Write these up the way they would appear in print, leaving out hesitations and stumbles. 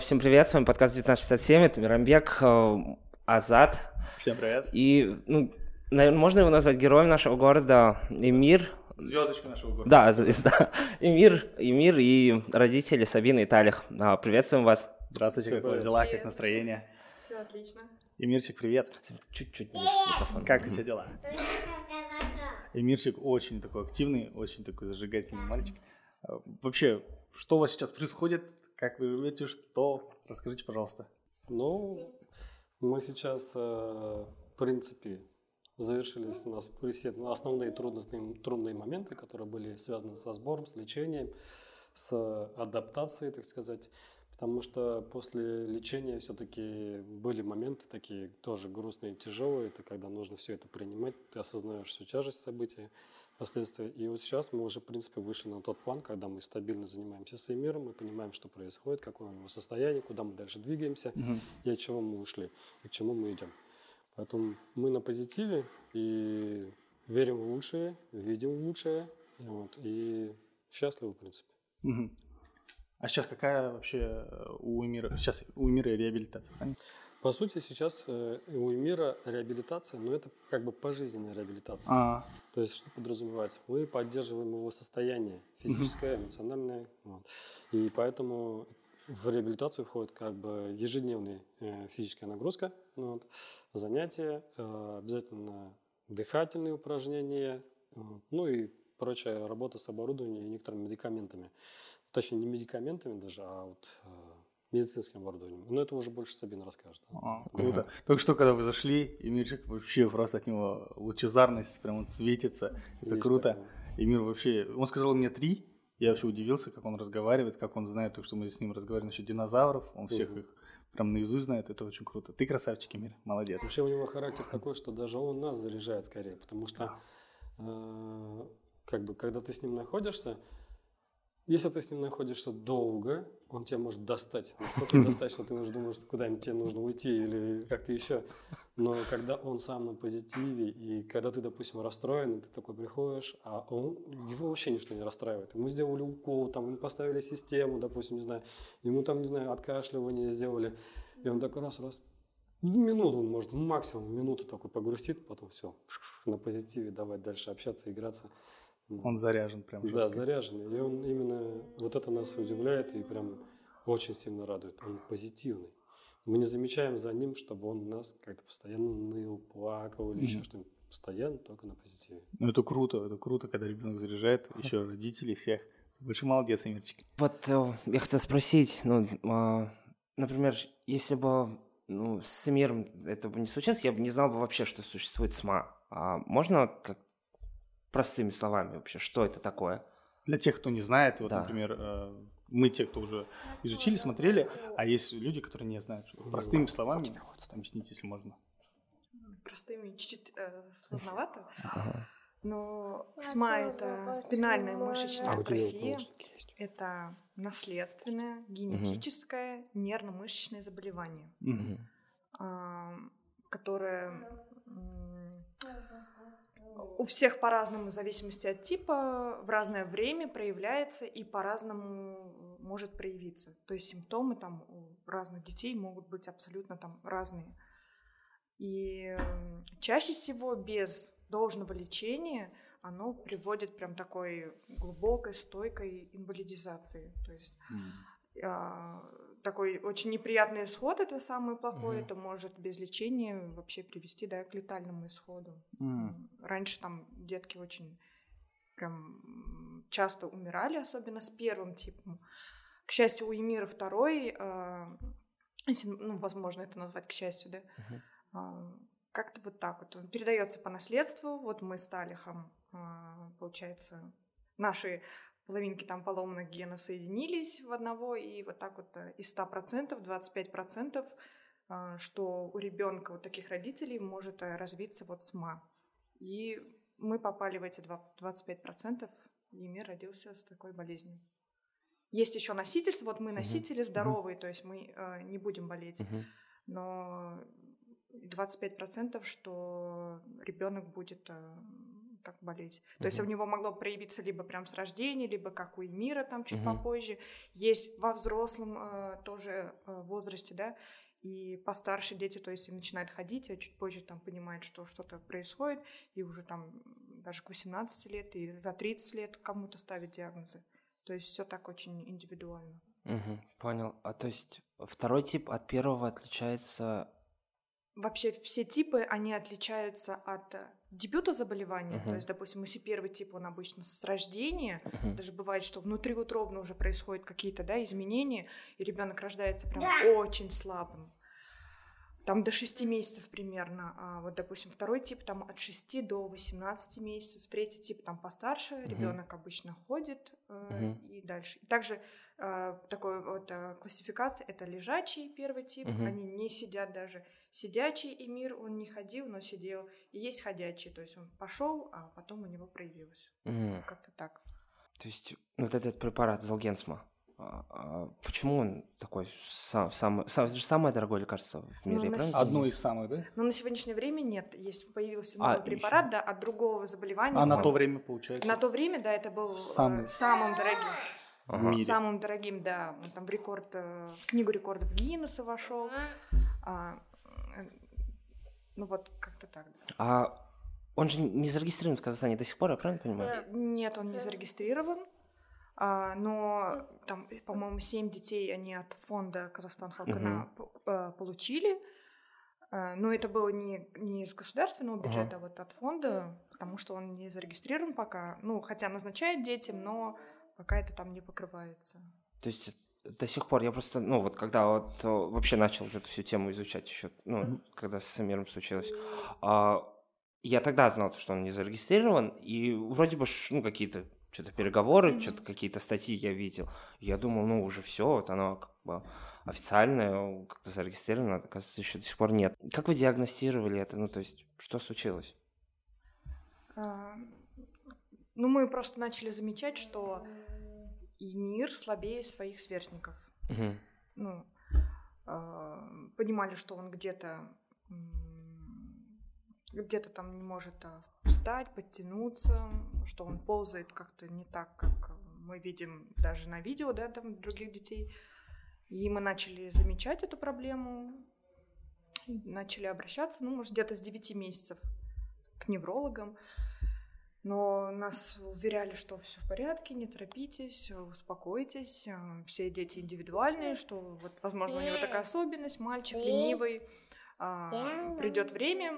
Всем привет, с вами подкаст 1967, это Мирамбек, Азат. Всем привет. И, наверное, можно его назвать героем нашего города, Эмир. Звездочка нашего города. Да, звезда. Эмир и родители Сабина и Талих. Приветствуем вас. Здравствуйте, как у вас дела, как настроение? Все отлично. Эмирчик, привет. Чуть-чуть ближе к микрофону. Как у тебя дела? Эмирчик очень такой активный, очень такой зажигательный мальчик. Вообще, что у вас сейчас происходит? Как вы живете? Что? Расскажите, пожалуйста. Мы сейчас, в принципе, завершились у нас все основные трудные моменты, которые были связаны со сбором, с лечением, с адаптацией, так сказать. Потому что после лечения все-таки были моменты такие тоже грустные, тяжелые. Это когда нужно все это принимать, ты осознаешь всю тяжесть событий, последствия. И вот сейчас мы уже, в принципе, вышли на тот план, когда мы стабильно занимаемся своим миром, мы понимаем, что происходит, какое у него состояние, куда мы дальше двигаемся, и от чего мы ушли, и к чему мы идем. Поэтому мы на позитиве и верим в лучшее, видим лучшее, и счастливы, в принципе. А сейчас какая вообще у Эмира реабилитация? Правильно? По сути, сейчас у Эмира реабилитация, но это как бы пожизненная реабилитация. То есть, что подразумевается? Мы поддерживаем его состояние физическое, эмоциональное. И поэтому в реабилитацию входит как бы ежедневная физическая нагрузка, занятия, обязательно дыхательные упражнения, и прочая работа с оборудованием и некоторыми медикаментами. Точнее, не медикаментами даже, а медицинским оборудованием. Но это уже больше Сабина расскажет. Круто. Только что, когда вы зашли, Эмирчик вообще просто от него лучезарность, прям он светится. Это есть круто. Такое. Эмир вообще, он сказал мне 3, я вообще удивился, как он разговаривает, как он знает, то, что мы с ним разговариваем насчет динозавров, он всех их прям наизусть знает, это очень круто. Ты красавчик, Эмир, молодец. Вообще у него характер такой, что даже он нас заряжает скорее, потому что когда ты с ним находишься, если ты с ним находишься долго, он тебя может достать. Настолько достать, что ты уже думаешь, куда-нибудь тебе нужно уйти или как-то еще. Но когда он сам на позитиве, и когда ты, допустим, расстроен, ты такой приходишь, а его вообще ничто не расстраивает. Ему сделали укол, ему поставили систему, допустим, не знаю, ему откашливание сделали. И он такой раз, минуту, он может максимум минуту такой погрустит, потом все, на позитиве давай дальше общаться, играться. Он заряжен прям жестко. Да, заряженный. И он именно, вот это нас удивляет и прям очень сильно радует. Он позитивный. Мы не замечаем за ним, чтобы он нас как-то постоянно ныл, плакал или еще что-нибудь. Постоянно только на позитиве. Это круто, когда ребенок заряжает, еще родителей всех. Большой молодец, Эмирчик. Вот я хотел спросить, например, если бы с Эмиром это бы не случилось, я бы не знал бы вообще, что существует СМА. Можно как простыми словами вообще, что это такое? Для тех, кто не знает, например, мы те, кто уже изучили, смотрели, а есть люди, которые не знают. Простыми словами объясните, если можно. Простыми чуть-чуть сложновато. Но СМА – это спинальная мышечная атрофия. Это наследственное, генетическое, нервно-мышечное заболевание, которое у всех по-разному, в зависимости от типа, в разное время проявляется и по-разному может проявиться. То есть симптомы у разных детей могут быть абсолютно разные. И чаще всего без должного лечения оно приводит прям такой глубокой, стойкой инвалидизации. То есть такой очень неприятный исход, это самый плохой, это может без лечения вообще привести к летальному исходу. Раньше детки очень прям часто умирали, особенно с первым типом. К счастью, у Эмира второй, возможно это назвать к счастью, как-то вот так вот. Он передается по наследству. Вот мы с Талихом, получается, наши половинки поломанных генов соединились в одного, и вот так вот из 100% 25%, что у ребенка таких родителей может развиться СМА. И мы попали в эти 25%, и Эмир родился с такой болезнью. Есть еще носительство, мы носители здоровые, то есть мы не будем болеть, но 25%, что ребенок будет так болеть. То есть у него могло проявиться либо прям с рождения, либо как у Эмира там чуть попозже. Есть во взрослом тоже возрасте, да, и постарше дети, то есть начинают ходить, а чуть позже там понимают, что что-то происходит, и уже там даже к 18 лет и за 30 лет кому-то ставят диагнозы. То есть все так очень индивидуально. Понял. А то есть второй тип от первого отличается... Вообще все типы, они отличаются от дебюта заболевания. То есть, допустим, если первый тип, он обычно с рождения, даже бывает, что внутриутробно уже происходят какие-то, да, изменения, и ребенок рождается прям очень слабым. Там до 6 месяцев примерно. А вот, допустим, второй тип там от 6 до 18 месяцев, третий тип там постарше, ребенок обычно ходит и дальше. И также такой вот классификация, это лежачий первый тип, они не сидят даже. Сидячий Эмир, он не ходил, но сидел. И есть ходячий, то есть он пошел, а потом у него проявилось. Как-то так. То есть вот этот препарат Золгенсма, почему он такой самое дорогое лекарство в мире? Одно из самых, да? Но на сегодняшнее время нет. Появился новый препарат, да, от другого заболевания. А на то время, получается? На то время, да, это был самым дорогим. В мире. Самым дорогим, да. Он там в книгу рекордов Гиннесса вошел. Ну вот, как-то так, да. А он же не зарегистрирован в Казахстане до сих пор, я правильно понимаю? Нет, он не зарегистрирован. Но там, по-моему, 7 детей они от фонда Казахстан Халкана получили. Но это было не из государственного бюджета, а вот от фонда, потому что он не зарегистрирован пока. Ну, хотя назначает детям, но пока это там не покрывается. То есть до сих пор я просто, ну вот когда вот вообще начал эту всю тему изучать еще, ну, когда с Эмиром случилось, я тогда знал, что он не зарегистрирован, и вроде бы, ну, какие-то что-то переговоры, что-то какие-то статьи я видел. Я думал, ну, уже все, вот оно как бы официальное, как-то зарегистрировано, оказывается, еще до сих пор нет. Как вы диагностировали это? Ну, то есть, что случилось? Ну, мы просто начали замечать, что Эмир слабее своих сверстников. Ну, понимали, что он где-то там не может встать, подтянуться, что он ползает как-то не так, как мы видим даже на видео, да, там других детей. И мы начали замечать эту проблему, начали обращаться, ну, может, где-то с 9 месяцев к неврологам. Но нас уверяли, что все в порядке, не торопитесь, успокойтесь, все дети индивидуальные, что вот, возможно, у него такая особенность, мальчик ленивый, придет время,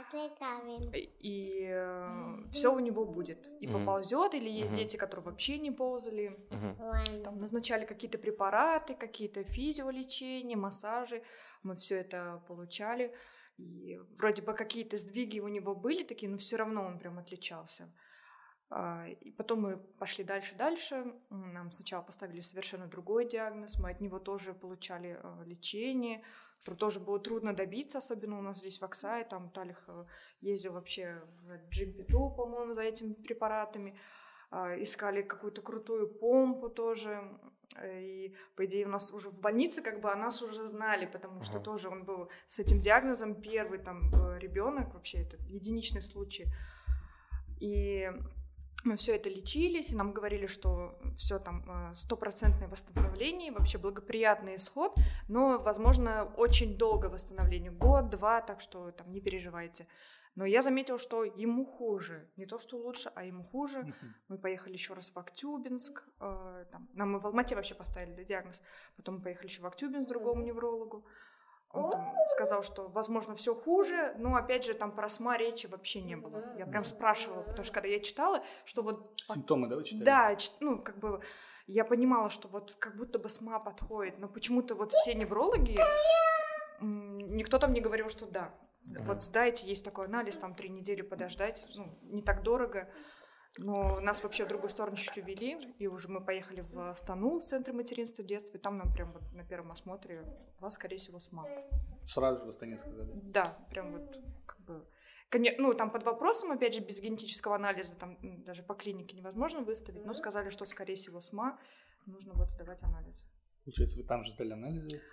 и все у него будет. И поползет, или есть дети, которые вообще не ползали. Там назначали какие-то препараты, какие-то физиолечения, массажи. Мы все это получали. И вроде бы какие-то сдвиги у него были такие, но все равно он прям отличался. И потом мы пошли дальше. Нам сначала поставили совершенно другой диагноз. Мы от него тоже получали лечение, которое тоже было трудно добиться, особенно у нас здесь в Аксае. Там Талих ездил вообще в Джимпиту, по-моему, за этими препаратами. Искали какую-то крутую помпу тоже. И, по идее, у нас уже в больнице как бы о нас уже знали, потому что тоже он был с этим диагнозом первый там ребенок, вообще это единичный случай. И мы все это лечились, и нам говорили, что все там 100% восстановление, вообще благоприятный исход, но, возможно, очень долго восстановление, год-два, так что там не переживайте. Но я заметила, что ему хуже. Не то, что лучше, а ему хуже. Мы поехали еще раз в Актюбинск. Нам и в Алмате вообще поставили диагноз. Потом мы поехали еще в Актюбинск к другому неврологу. Он там сказал, что, возможно, все хуже, но, опять же, там про СМА речи вообще не было. Я прям спрашивала, потому что когда я читала, что вот... Симптомы, да, вы читали? Да, ну, как бы я понимала, что вот как будто бы СМА подходит, но почему-то вот все неврологи, никто там не говорил, что да. Вот сдайте, есть такой анализ, там 3 недели подождать, ну, не так дорого. Но нас вообще в другую сторону чуть увели, и уже мы поехали в Астану, в Центр материнства и детства, и там нам прям вот на первом осмотре у вас, скорее всего, СМА. Сразу же в Астане сказали? Да, прям вот как бы... Ну, там под вопросом, опять же, без генетического анализа, там даже по клинике невозможно выставить, но сказали, что, скорее всего, СМА, нужно вот сдавать анализы. Получается, вы там же сдали анализы?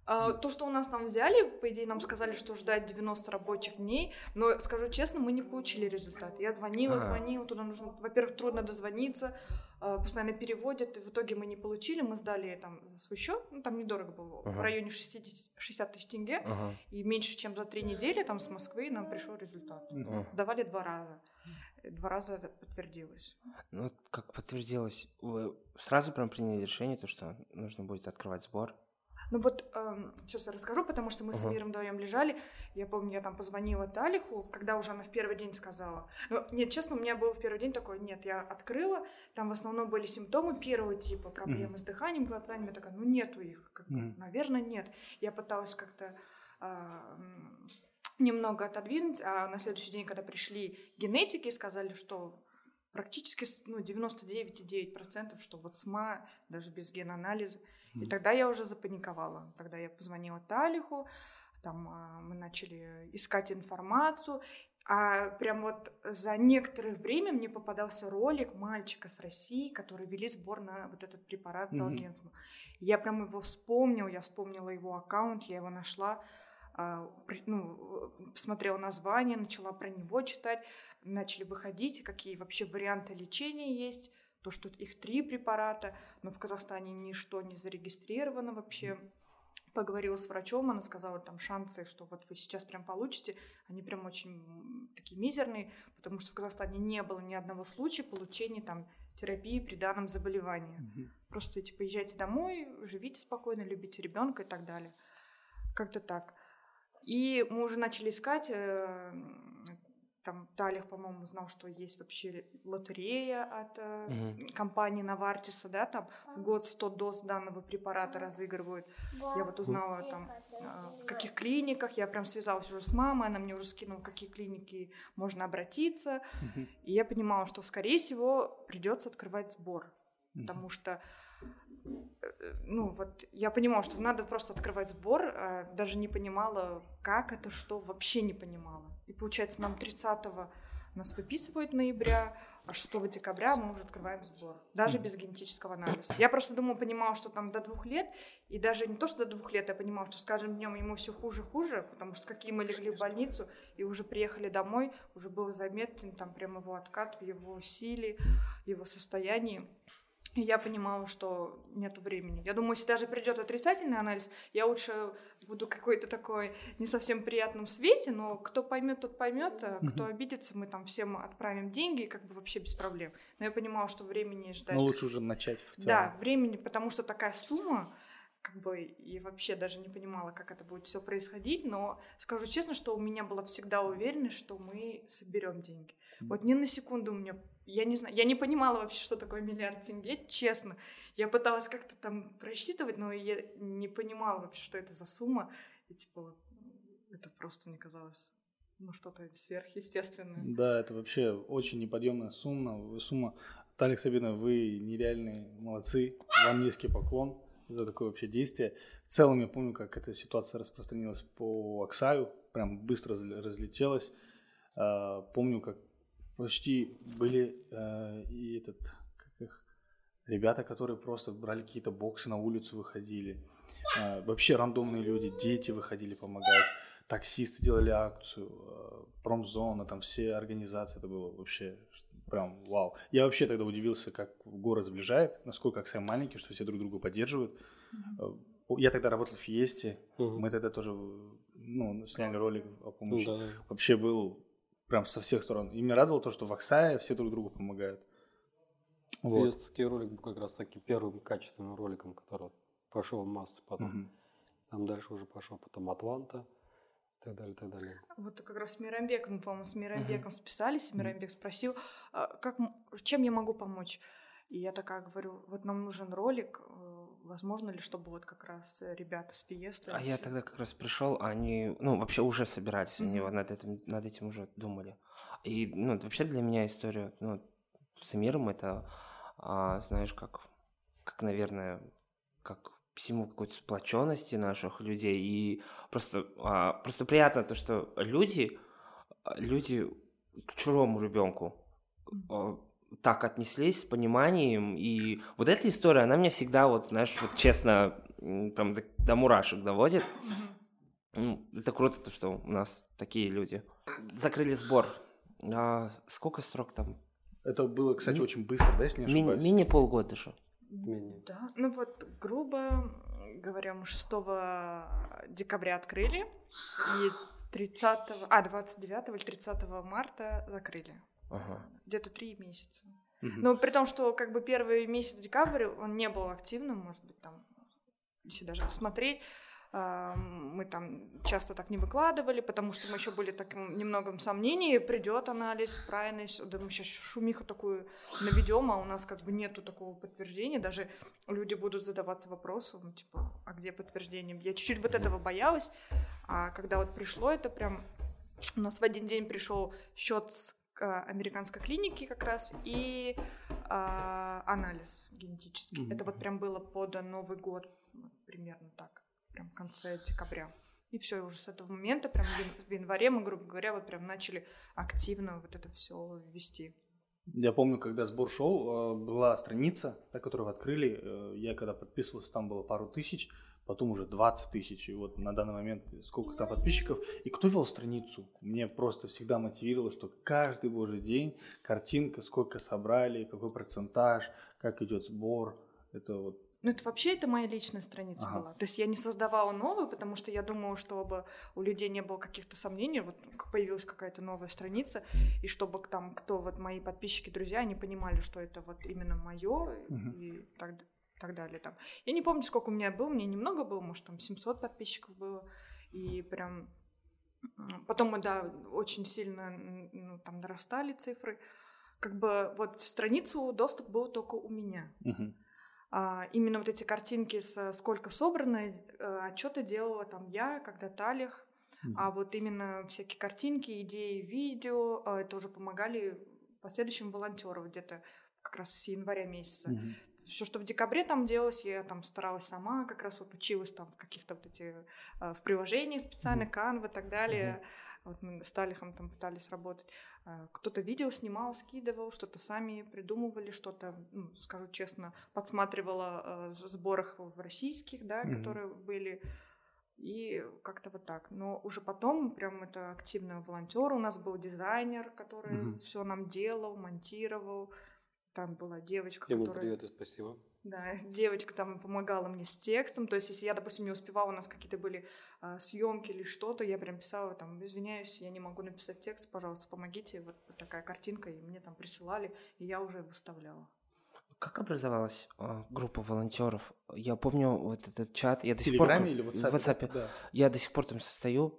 То, что у нас там взяли, по идее, нам сказали, что ждать 90 рабочих дней, но, скажу честно, мы не получили результат. Я звонила, туда нужно, во-первых, трудно дозвониться, постоянно переводят, и в итоге мы не получили, мы сдали там за свой счет, там недорого было, в районе 60 тысяч тенге, и меньше, чем за 3 недели там с Москвы нам пришел результат. Сдавали 2 раза. 2 раза это подтвердилось. Ну, как подтвердилось, вы сразу прям приняли решение, то, что нужно будет открывать сбор? Ну вот, сейчас я расскажу, потому что мы с Миром вдвоем лежали. Я помню, я там позвонила Талиху, когда уже она в первый день сказала. Ну, нет, честно, у меня был в первый день такой, нет, я открыла, там в основном были симптомы первого типа, проблемы с дыханием, глотанием. Я такая, ну нету их, наверное, нет. Я пыталась как-то немного отодвинуть, а на следующий день, когда пришли генетики, сказали, что практически 99,9%, что вот СМА, даже без генанализа. И тогда я уже запаниковала. Тогда я позвонила Талиху, там мы начали искать информацию. А прям вот за некоторое время мне попадался ролик мальчика с России, который вели сбор на вот этот препарат Золгенсма. Я прям его вспомнила, я вспомнила его аккаунт, я его нашла, посмотрела название, начала про него читать, начали выходить, какие вообще варианты лечения есть. То, что их 3 препарата, но в Казахстане ничто не зарегистрировано вообще. Поговорила с врачом, она сказала, там шансы, что вот вы сейчас прям получите, они прям очень такие мизерные, потому что в Казахстане не было ни одного случая получения там терапии при данном заболевании. Просто поезжайте домой, живите спокойно, любите ребенка и так далее. Как-то так. И мы уже начали искать. Там Талих, по-моему, знал, что есть вообще лотерея от компании Навартиса, да, там в год 100 доз данного препарата разыгрывают. Я вот узнала там, в каких клиниках, я прям связалась уже с мамой, она мне уже скинула, в какие клиники можно обратиться. И я понимала, что, скорее всего, придется открывать сбор, потому что вот я понимала, что надо просто открывать сбор, даже не понимала, как это, что, вообще не понимала. И получается, нам 30-го нас выписывают ноября, а 6 декабря мы уже открываем сбор, даже без генетического анализа. Я просто понимала, что там до 2 лет, и даже не то, что до 2 лет, я понимала, что с каждым днем ему все хуже, потому что какие мы легли в больницу, и уже приехали домой, уже был заметен там прям его откат в его силе, его состоянии. И я понимала, что нету времени. Я думаю, если даже придет отрицательный анализ, я лучше буду какой-то такой не совсем приятном свете, но кто поймет, тот поймет, а кто обидится, мы там всем отправим деньги, как бы вообще без проблем. Но я понимала, что времени ждать. Но лучше уже начать в целом. Да, времени, потому что такая сумма, и вообще даже не понимала, как это будет все происходить, но скажу честно, что у меня была всегда уверенность, что мы соберем деньги. Вот ни на секунду у меня, я не знаю, я не понимала вообще, что такое 1 миллиард тенге, честно. Я пыталась как-то там просчитывать, но я не понимала вообще, что это за сумма. И это просто, мне казалось, что-то сверхъестественное. Да, это вообще очень неподъемная сумма. Талих Сабина, вы нереальные молодцы, вам низкий поклон за такое вообще действие. В целом я помню, как эта ситуация распространилась по Аксаю, прям быстро разлетелась. Помню, как почти были ребята, которые просто брали какие-то боксы, на улицу выходили. Вообще рандомные люди, дети выходили помогать, таксисты делали акцию, промзона, там все организации, это было вообще прям вау. Я вообще тогда удивился, как город сближает, насколько Аксай маленький, что все друг друга поддерживают. Я тогда работал в Фиесте, мы тогда тоже сняли ролик о помощи. Вообще был прям со всех сторон. И меня радовало то, что в Аксае все друг другу помогают. Фиестский ролик был как раз таки первым качественным роликом, который пошел в массы потом. Там дальше уже пошел потом Атланта. И так далее, и так далее. Вот как раз с Мирамбеком, мы, по-моему, с Мирамбеком списались, и Мирамбек спросил, чем я могу помочь? И я такая говорю, вот нам нужен ролик, возможно ли, чтобы вот как раз ребята с Фиесты... А я тогда как раз пришел, они, вообще уже собирались, они над этим уже думали. И, вообще для меня история, с Эмиром это, знаешь, как, наверное, как символ какой-то сплоченности наших людей. И просто приятно то, что люди к чужому ребенку так отнеслись с пониманием. И вот эта история, она мне всегда, честно, прям до мурашек доводит. Ну, это круто, то, что у нас такие люди. Закрыли сбор. Сколько срок там? Это было, кстати, очень быстро, да, если не ошибаюсь? Мини полгода же. Да, ну вот, грубо говоря, мы 6 декабря открыли, и 29 или 30 марта закрыли. Ага. Где-то 3 месяца. Но при том, что как бы первый месяц декабря он не был активным, может быть, там, если даже посмотреть, мы там часто так не выкладывали, потому что мы еще были таким немного сомнений, придет анализ, правильность, да мы сейчас шумиху такую наведем, а у нас как бы нету такого подтверждения, даже люди будут задаваться вопросом, типа, а где подтверждение? Я чуть-чуть вот этого боялась, а когда вот пришло это прям, у нас в один день пришел счет с американской клиники как раз и анализ генетический. Это вот прям было под Новый год, примерно так. Прям в конце декабря. И все, и уже с этого момента, прям в январе мы, грубо говоря, вот прям начали активно вот это все вести. Я помню, когда сбор шел, была страница, которую вы открыли. Я когда подписывался, там было пару тысяч, потом уже 20 тысяч. И вот на данный момент сколько там подписчиков. И кто вел страницу? Мне просто всегда мотивировало, что каждый божий день картинка, сколько собрали, какой процентаж, как идет сбор. Это вот. Ну, это вообще это моя личная страница была. То есть я не создавала новую, потому что я думала, чтобы у людей не было каких-то сомнений, вот появилась какая-то новая страница, и чтобы там кто вот мои подписчики, друзья, они понимали, что это вот именно мое и так далее. Там. Я не помню, сколько у меня было, мне немного было, может, там 700 подписчиков было, и прям потом мы, да, очень сильно там нарастали цифры. Как бы вот в страницу доступ был только у меня. Именно вот эти картинки с сколько собрано, отчеты делала там я, когда-то Олег, а вот именно всякие картинки, идеи, видео, это уже помогали последующим волонтерам где-то как раз с января месяца. Все, что в декабре там делалось, я там старалась сама, как раз вот училась там в каких-то вот этих, в приложениях специально, Canva и так далее. Вот мы с Талихом там пытались работать. Кто-то видео снимал, скидывал, что-то сами придумывали, что-то, скажу честно, подсматривала в сборах в российских, да, которые были, и как-то вот так. Но уже потом прям это активно волонтер. У нас был дизайнер, который все нам делал, монтировал. Там была девочка, Ему которая... привет и спасибо. Да, девочка там помогала мне с текстом, то есть если я, допустим, не успевала, у нас какие-то были съемки или что-то, я прям писала там, извиняюсь, я не могу написать текст, пожалуйста, помогите, вот такая картинка, и мне там присылали, и я уже выставляла. Как образовалась группа волонтеров? Я помню вот этот чат, я до сих пор... В Телеграме или в WhatsApp? В WhatsApp. Да. Я до сих пор там состою,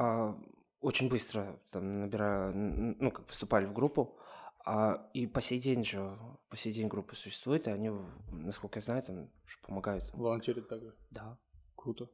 очень быстро там набираю, ну, как вступали в группу. И по сей день группы существуют, и они, насколько я знаю, там помогают. Волонтерят также? Да. Круто.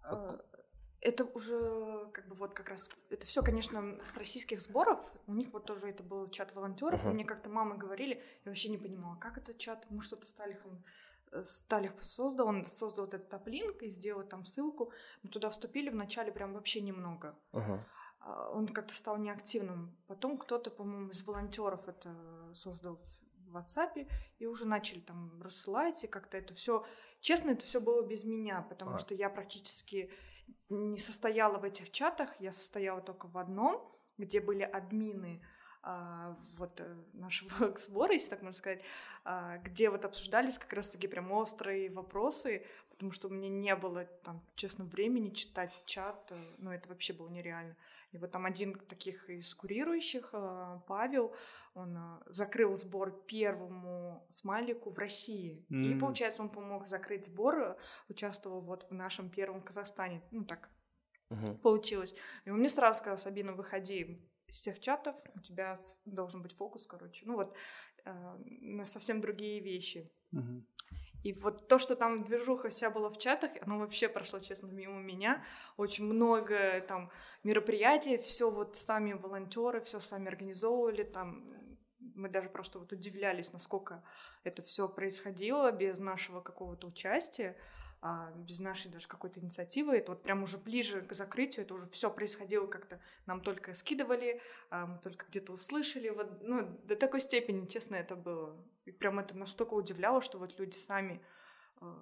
Это уже как бы вот как раз, это все, конечно, с российских сборов, у них вот тоже это был чат волонтеров, и мне как-то мамы говорили, я вообще не понимала, как этот чат, мы что-то Сталих создал, он создал этот топ-линк и сделал там ссылку, мы туда вступили вначале прям вообще немного. Он как-то стал неактивным. Потом кто-то, по-моему, из волонтеров это создал в WhatsApp, и уже начали там рассылать, и как-то это все... Честно, это все было без меня, потому что я практически не состояла в этих чатах, я состояла только в одном, где были админы вот нашего сбора, если так можно сказать, где вот обсуждались как раз-таки прям острые вопросы, потому что у меня не было там, честно, времени читать чат, ну это вообще было нереально. И вот там один таких из курирующих, Павел, он закрыл сбор первому смайлику в России. И, получается, он помог закрыть сбор, участвовал вот в нашем первом Казахстане. Ну так получилось. И он мне сразу сказал: Сабина, выходи из всех чатов, у тебя должен быть фокус, короче. Ну вот, на совсем другие вещи. И вот то, что там движуха вся была в чатах, оно вообще прошло, честно, мимо меня. Очень много там мероприятий, все вот сами волонтеры, все сами организовывали. Там мы даже просто вот удивлялись, насколько это все происходило без нашего какого-то участия, без нашей даже какой-то инициативы. Это вот прям уже ближе к закрытию, это уже все происходило как-то. Нам только скидывали, мы только где-то услышали. Вот, ну, до такой степени, честно, это было. И прям это настолько удивляло, что вот люди сами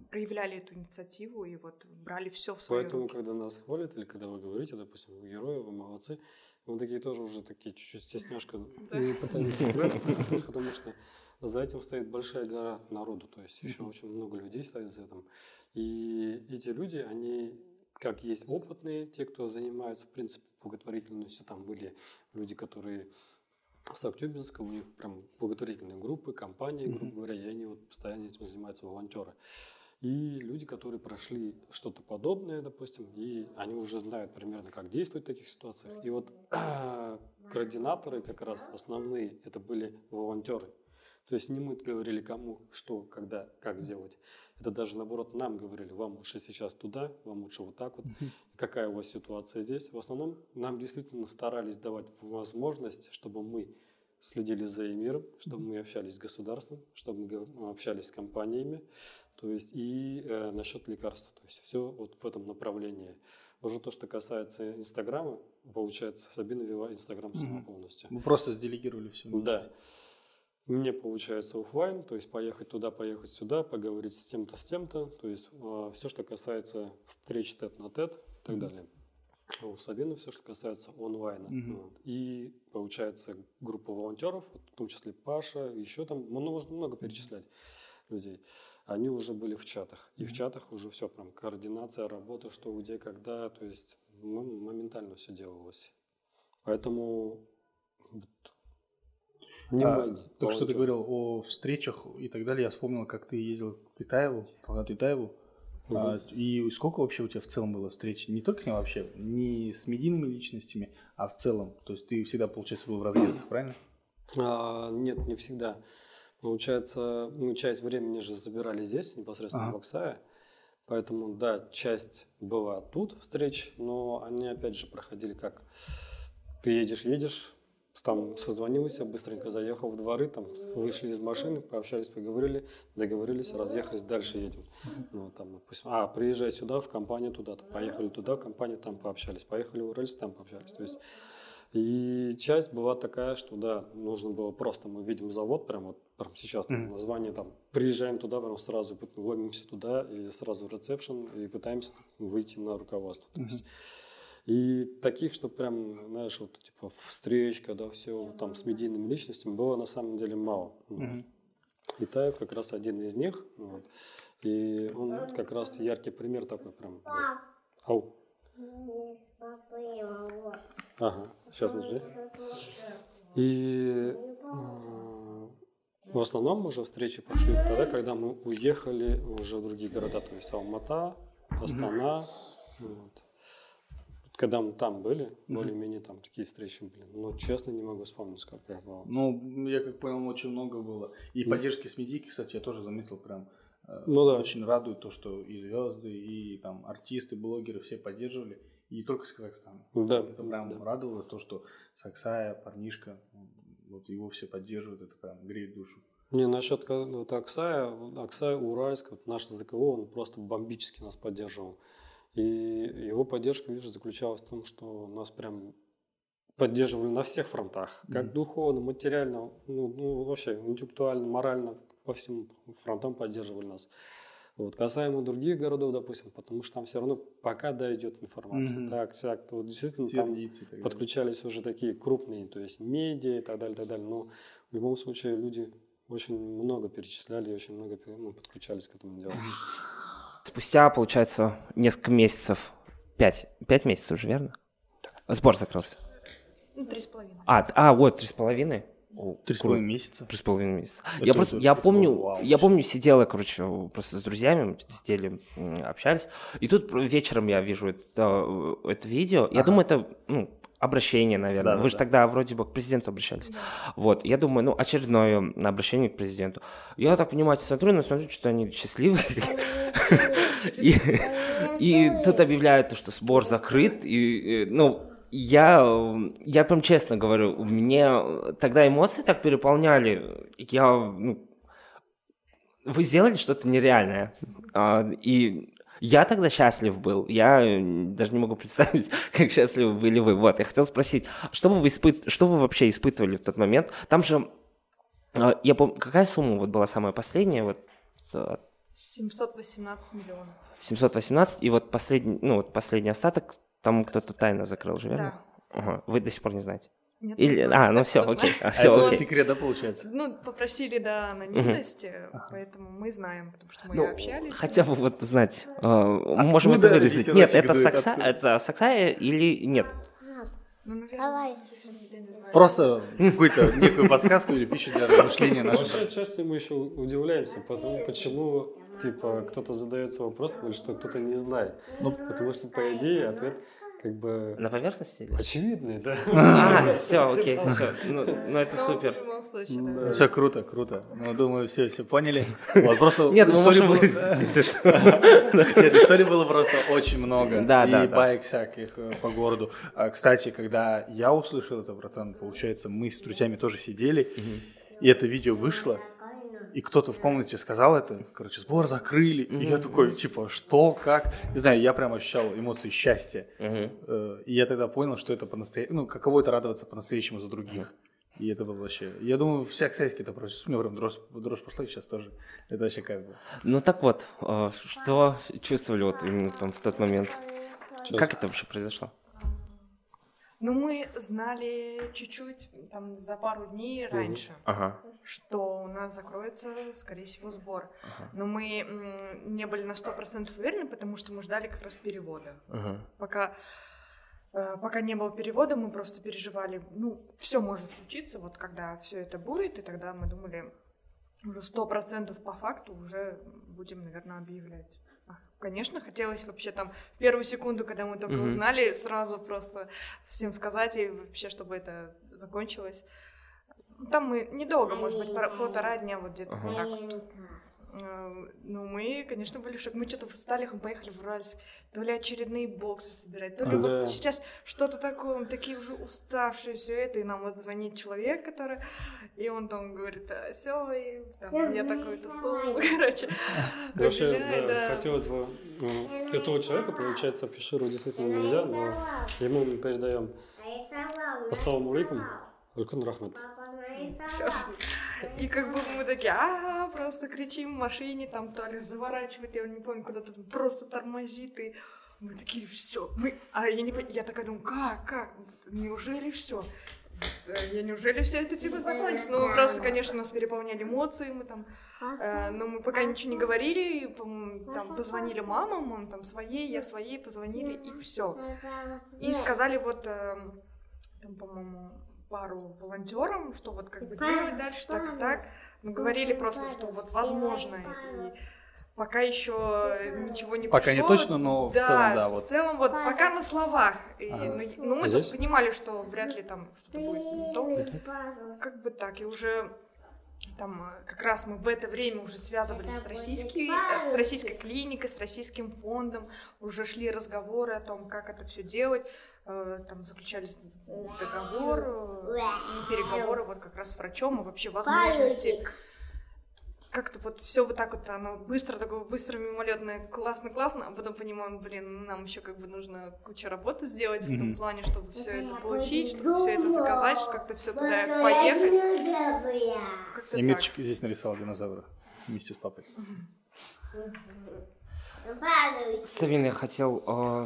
проявляли эту инициативу и вот брали все в свои Поэтому, руки. когда нас хвалят, или когда вы говорите, допустим, вы герои, вы молодцы, мы такие тоже уже такие чуть-чуть стесняшка не пытаемся спрятаться, потому что за этим стоит большая гора народу, то есть еще очень много людей стоит за этим. И эти люди, они как есть опытные, те, кто занимается, в принципе, благотворительностью, там были люди, которые с Актюбинска, у них прям благотворительные группы, компании, грубо говоря, и они вот постоянно этим занимаются, волонтеры. И люди, которые прошли что-то подобное, допустим, и они уже знают примерно, как действовать в таких ситуациях. И вот координаторы как раз основные, это были волонтеры. То есть не мы говорили кому, что, когда, как сделать. Это даже наоборот нам говорили, вам лучше сейчас туда, вам лучше вот так вот. Какая у вас ситуация здесь? В основном нам действительно старались давать возможность, чтобы мы следили за миром, чтобы мы общались с государством, чтобы мы общались с компаниями, то есть и насчет лекарств, то есть все вот в этом направлении. Уже то, что касается Инстаграма, получается, Сабина вела Инстаграм сама полностью. Вы просто сделегировали все. Да. Мне получается офлайн, то есть поехать туда, поехать сюда, поговорить с тем-то, то есть все, что касается встреч тет-на-тет и так далее. А у Сабины все, что касается онлайна. Вот. И получается группа волонтеров, в том числе Паша, еще там можно много перечислять людей. Они уже были в чатах. И в чатах уже все, прям координация, работа, что, где, когда, то есть моментально все делалось. Поэтому... Так что ты говорил о встречах и так далее. Я вспомнил, как ты ездил к Итаеву, Талгату Итаеву. И сколько вообще у тебя в целом было встреч? Не только с ним вообще, не с медийными личностями, а в целом. То есть ты всегда, получается, был в разъездах, правильно? Нет, не всегда. Получается, мы часть времени же забирали здесь, непосредственно в Аксае. Поэтому, да, часть была тут встреч, но они опять же проходили как ты едешь, там созвонился, быстренько заехал в дворы, там вышли из машины, пообщались, поговорили, договорились, разъехались, дальше едем. Ну, там, допустим, приезжай сюда, в компанию туда-то, поехали туда, в компанию там пообщались, поехали в Уральск, там пообщались. То есть, и часть была такая, что да, нужно было просто, мы видим завод, прям сейчас там, название там, приезжаем туда, прям сразу ломимся туда, или сразу в ресепшн, и пытаемся выйти на руководство. То есть, и таких, что прям, знаешь, вот типа встреч, когда все там с медийными личностями, было на самом деле мало. Итаев как раз один из них. Вот. И он как раз яркий пример такой прям. Ау. Ага, сейчас подожди. И в основном уже встречи пошли тогда, когда мы уехали уже в другие города, то есть Алмата, Астана. Вот. Когда мы там были, более-менее там такие встречи были. Но честно не могу вспомнить, сколько их было. Ну, я как понял, очень много было. И поддержки с медийки, кстати, я тоже заметил прям. Очень радует то, что и звезды, и там артисты, блогеры все поддерживали. И не только с Казахстана. Да. Это прям радовало то, что с Аксая, парнишка, вот его все поддерживают, это прям греет душу. Не, насчет вот Аксая, Уральск, вот наш ЗКО, он просто бомбически нас поддерживал. И его поддержка, видишь, заключалась в том, что нас прям поддерживали на всех фронтах. Как духовно, материально, ну вообще интеллектуально, морально, по всем фронтам поддерживали нас. Вот. Касаемо других городов, допустим, потому что там все равно пока дойдет информация. Так, сяк, то вот действительно там подключались уже такие крупные, то есть медиа и так далее, так далее. Но в любом случае люди очень много перечисляли, очень много подключались к этому делу. Спустя, получается, несколько месяцев, 5 месяцев же, верно? Сбор закрылся. 3,5. Вот, 3,5. 3,5 месяца. 3,5 месяца. Я помню, сидела, короче, просто с друзьями, сидели, общались. И тут вечером я вижу это видео. Я думаю, это обращение, наверное. Вы же тогда вроде бы к президенту обращались. Вот, я думаю, очередное обращение к президенту. Я так внимательно смотрю, что они счастливые. И тут объявляют, что сбор закрыт. Я прям честно говорю, мне тогда эмоции так переполняли. Вы сделали что-то нереальное. И я тогда счастлив был. Я даже не могу представить, как счастливы были вы. Вот, я хотел спросить, что вы вообще испытывали в тот момент? Там же, я помню, какая сумма вот была самая последняя? Вот, 718 миллионов. 718, и вот последний остаток, там кто-то тайно закрыл же, верно? Да. Ага. Вы до сих пор не знаете? Нет, Или... не знаю, ну все, не окей. знаю. Все, это окей. секрет, да, получается? Ну, попросили, да, анонимности, поэтому мы знаем, потому что мы общались. Хотя бы вот знать. Можем это вырезать. ветерочек Нет, это дует? сакса, это саксая или нет? Ну, наверное, я не знаю. Просто какую-то некую подсказку или пищу для размышления нашего. Вообще, отчасти мы еще удивляемся, почему типа кто-то задается вопросом или что кто-то не знает. Потому что, по идее, ответ как бы На поверхности? Или? очевидный, да? Все, окей, все. Ну это Ну, в супер. любом случае, да. Все круто, круто. Ну, думаю, все поняли. Вот, просто Нет, мы историй можем было- вырезать, если что. Нет, историй было просто очень много. Да, и да, да. баек всяких по городу. Кстати, когда я услышал это, братан, получается, мы с друзьями тоже сидели, и это видео вышло, и кто-то в комнате сказал это, короче, сбор закрыли. И я такой, типа, что, как? Не знаю, я прям ощущал эмоции счастья. И я тогда понял, что это по-настоящему, каково это радоваться по-настоящему за других. И это было вообще... Я думаю, вся кстати, это просто... У меня прям дрожь пошла, и сейчас тоже. Это вообще как бы... Ну так вот, что чувствовали вот именно там в тот момент? Чё? Как это вообще произошло? Ну, мы знали чуть-чуть, там, за пару дней раньше, Ага. что у нас закроется, скорее всего, сбор. Но мы не были на 100% уверены, потому что мы ждали как раз перевода. Пока не было перевода, мы просто переживали, все может случиться, вот когда все это будет, и тогда мы думали, уже 100% по факту уже будем, наверное, объявлять. Конечно, хотелось вообще там в первую секунду, когда мы только узнали, сразу просто всем сказать, и вообще, чтобы это закончилось. Там мы недолго, может быть, полтора дня, вот где-то вот так вот. Ну, мы, конечно, были в шоке. Мы что-то встали, мы поехали в Уральск, то ли очередные боксы собирать, то ли вот сейчас что-то такое, мы такие уже уставшие, все это, и нам вот звонит человек, который, и он там говорит, все, и там, я такую-то сумму, короче, Вообще, объявляю, да. хотелось бы... Этого человека, получается, афишировать действительно нельзя, но ему мы передаем ассаламу алейкум, алейкум рахмат. И как бы мы такие, просто кричим в машине, там то ли заворачивает, я не помню, куда-то просто тормозит, и мы такие, все, я такая думаю, как, неужели все? Неужели все это типа закончится? Ну, просто, конечно, нас переполняли эмоции, мы там, но мы пока ничего не говорили, там позвонили мамам, он там своей, я своей, позвонили, и все. И сказали вот, там, по-моему, пару волонтерам, что вот как бы делать дальше, так и так. Но говорили просто, что вот возможно, и пока еще ничего не Пока пришло. не точно, но в целом, да. В Вот. целом, вот пока на словах. Ну, мы тут понимали, что вряд ли там что-то будет долго. Как бы так, и уже там как раз мы в это время уже связывались с российской клиникой, с российским фондом, уже шли разговоры о том, как это все делать. Там заключались переговоры вот как раз с врачом и вообще возможности. Как-то вот все вот так вот, оно быстро, мимолетное, классно, а потом понимаем, нам еще как бы нужно кучу работы сделать в том плане, чтобы все это получить, чтобы все это заказать, чтобы как-то все туда поехать. И Мирчик здесь нарисовал динозавра вместе с папой. Савин, я хотел...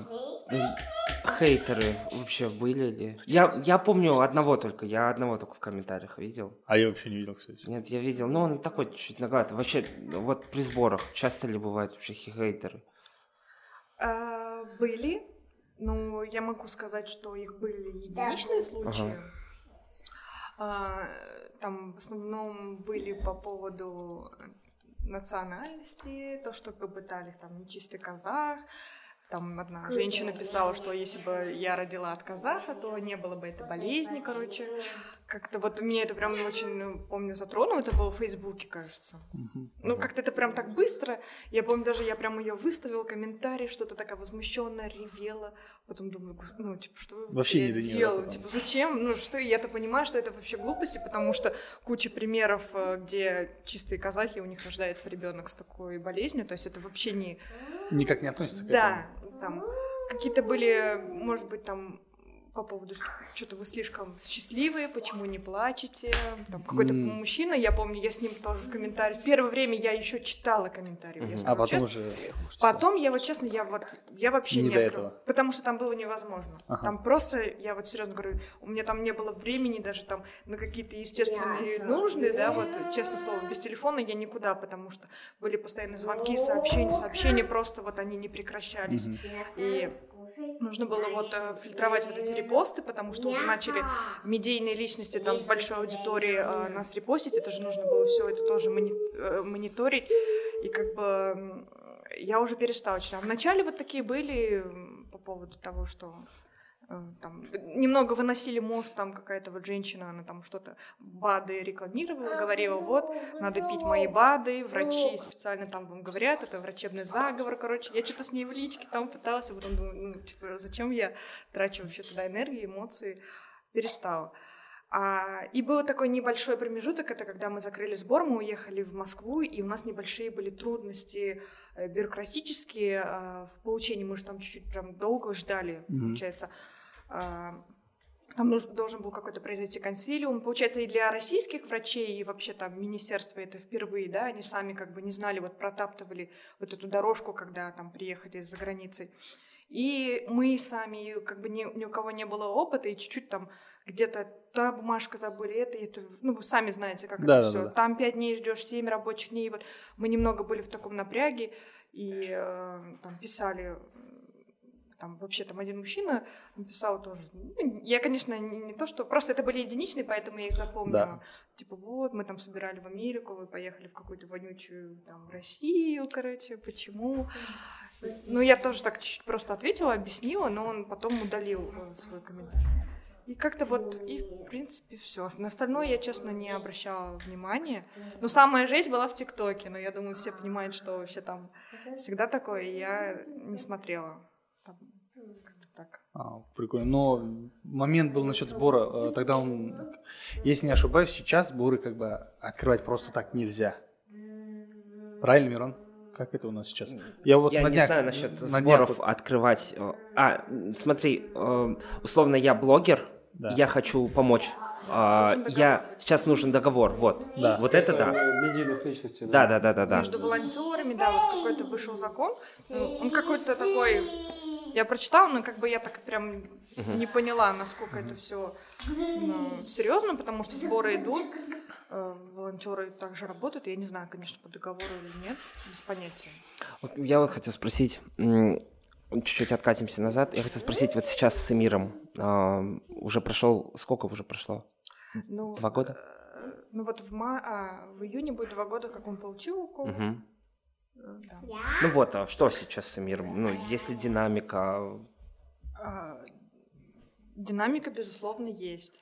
хейтеры вообще были ли? Я помню одного только в комментариях видел. А я вообще не видел, кстати. Нет, я видел, но он такой чуть-чуть наглядный. Вообще, вот при сборах часто ли бывают вообще хейтеры? Были, но я могу сказать, что их были единичные случаи. Там в основном были по поводу национальности, то, что как бы дали там нечистый казах. Там одна женщина писала, что если бы я родила от казаха, то не было бы этой болезни, короче. Как-то вот меня это прям очень, помню, затронуло. Это было в Фейсбуке, кажется. Ну, как-то это прям так быстро. Я помню, даже я прям ее выставила, комментарий, что-то такая возмущенная, ревела. Потом думаю, что вообще я не делаю? Зачем? Что я-то понимаю, что это вообще глупости, потому что куча примеров, где чистые казахи, у них рождается ребенок с такой болезнью. То есть это вообще никак не относится к этому. Да, там какие-то были, может быть, там по поводу, что-то вы слишком счастливые, почему не плачете, там какой-то мужчина, я помню, я с ним тоже в комментариях, в первое время я еще читала комментарии, я скажу, потом честно, уже... потом я вот честно, я вообще Не не до открыла, этого. потому что там было невозможно, там просто, я вот серьезно говорю, у меня там не было времени даже там на какие-то естественные нужды, да, вот, честно слово, без телефона я никуда, потому что были постоянные звонки, сообщения просто вот они не прекращались, и нужно было вот фильтровать вот эти репосты, потому что уже начали медийные личности там с большой аудиторией нас репостить, это же нужно было все это тоже мониторить, и как бы я уже перестала читать. Вначале вот такие были по поводу того, что там немного выносили мозг, там какая-то вот женщина, она там что-то БАДы рекламировала, говорила, вот, надо пить мои БАДы, врачи специально там вам говорят, это врачебный заговор, короче, я что-то с ней в личке там пыталась, а потом думаю, ну, типа, зачем я трачу вообще туда энергию, эмоции, перестала. И был такой небольшой промежуток, это когда мы закрыли сбор, мы уехали в Москву, и у нас небольшие были трудности бюрократические в получении, мы же там чуть-чуть прям долго ждали, получается. Там должен был какой-то произойти консилиум. Получается, и для российских врачей, и вообще там министерство это впервые, да, они сами как бы не знали, вот протаптывали вот эту дорожку, когда там приехали за границей. И мы сами, как бы ни у кого не было опыта, и чуть-чуть там где-то та бумажка забыли, это, ну, вы сами знаете, как это все. Там 5 дней ждешь, 7 рабочих дней. Вот мы немного были в таком напряге, и там писали... Там вообще там один мужчина написал тоже. Я, конечно, не то, что... Просто это были единичные, поэтому я их запомнила. Да. Типа, вот, мы там собирали в Америку, вы поехали в какую-то вонючую там Россию, короче, почему? Ну, я тоже так чуть-чуть просто ответила, объяснила, но он потом удалил свой комментарий. И как-то вот, и в принципе все. На остальное я, честно, не обращала внимания. Но самая жесть была в ТикТоке, но я думаю, все понимают, что вообще там всегда такое, и я не смотрела. Как-то так. Прикольно. Но момент был насчет сбора. Тогда он, если не ошибаюсь, сейчас сборы как бы открывать просто так нельзя. Правильно, Мирон? Как это у нас сейчас? Я не знаю насчет сборов открывать. Смотри, условно я блогер, я хочу помочь. Сейчас нужен договор, вот. Да. Вот это да. Медийных личностей. Да. Между волонтерами, да, вот какой-то вышел закон. Он какой-то такой... Я прочитала, но как бы я так прям не поняла, насколько это все серьезно, потому что сборы идут, волонтеры также работают. Я не знаю, конечно, по договору или нет, без понятия. Я вот хотел спросить, чуть-чуть откатимся назад. Я хотел спросить, вот сейчас с Эмиром уже прошел, сколько уже прошло? 2 года? Ну вот в июне будет 2 года, как он получил укол. Да. Ну вот, а что сейчас с Эмиром? Ну, есть ли динамика? Динамика, безусловно, есть.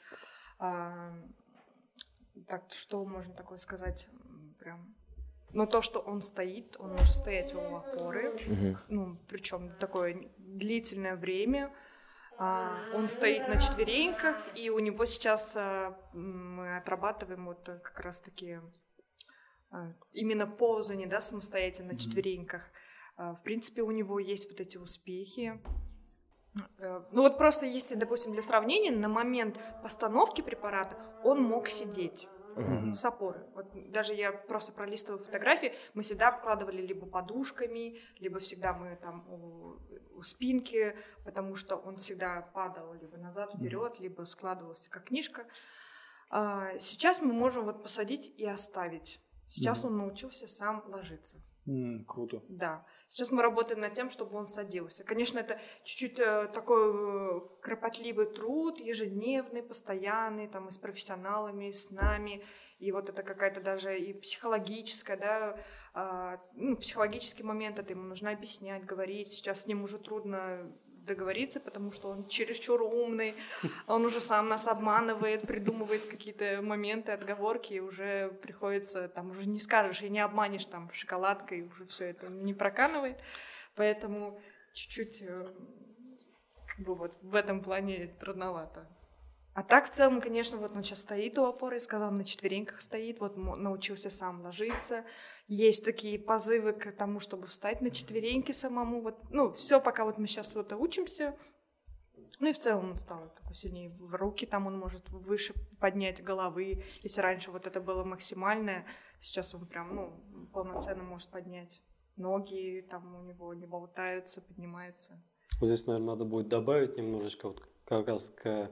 Так, что можно такое сказать? Прям. Но то, что он стоит, он может стоять у опоры, ну, причем такое длительное время. Он стоит на четвереньках, и у него сейчас мы отрабатываем вот как раз-таки именно ползание, да, самостоятельно на четвереньках. В принципе, у него есть вот эти успехи. Ну вот просто если, допустим, для сравнения, на момент постановки препарата он мог сидеть с опоры. Вот даже я просто пролистывала фотографии, мы всегда обкладывали либо подушками, либо всегда мы там у спинки, потому что он всегда падал либо назад, вперед, либо складывался как книжка. Сейчас мы можем вот посадить и оставить. Сейчас он научился сам ложиться. Круто. Да. Сейчас мы работаем над тем, чтобы он садился. Конечно, это чуть-чуть такой кропотливый труд, ежедневный, постоянный, там, и с профессионалами, и с нами. И вот это какая-то даже и психологическая, да, психологический момент, это ему нужно объяснять, говорить. Сейчас с ним уже трудно договориться, потому что он чересчур умный, он уже сам нас обманывает, придумывает какие-то моменты, отговорки, и уже приходится, там уже не скажешь и не обманешь там шоколадкой, уже все это не проканывает, поэтому чуть-чуть как бы вот в этом плане трудновато. А так, в целом, конечно, вот он сейчас стоит у опоры, сказал, на четвереньках стоит, вот научился сам ложиться. Есть такие позывы к тому, чтобы встать на четвереньки самому. Вот, ну, все, пока вот мы сейчас что-то учимся. Ну и в целом он стал такой сильнее. В руки там он может выше поднять головы. Если раньше вот это было максимальное, сейчас он прям, ну, полноценно может поднять ноги, там у него не болтаются, поднимаются. Здесь, наверное, надо будет добавить немножечко вот как раз к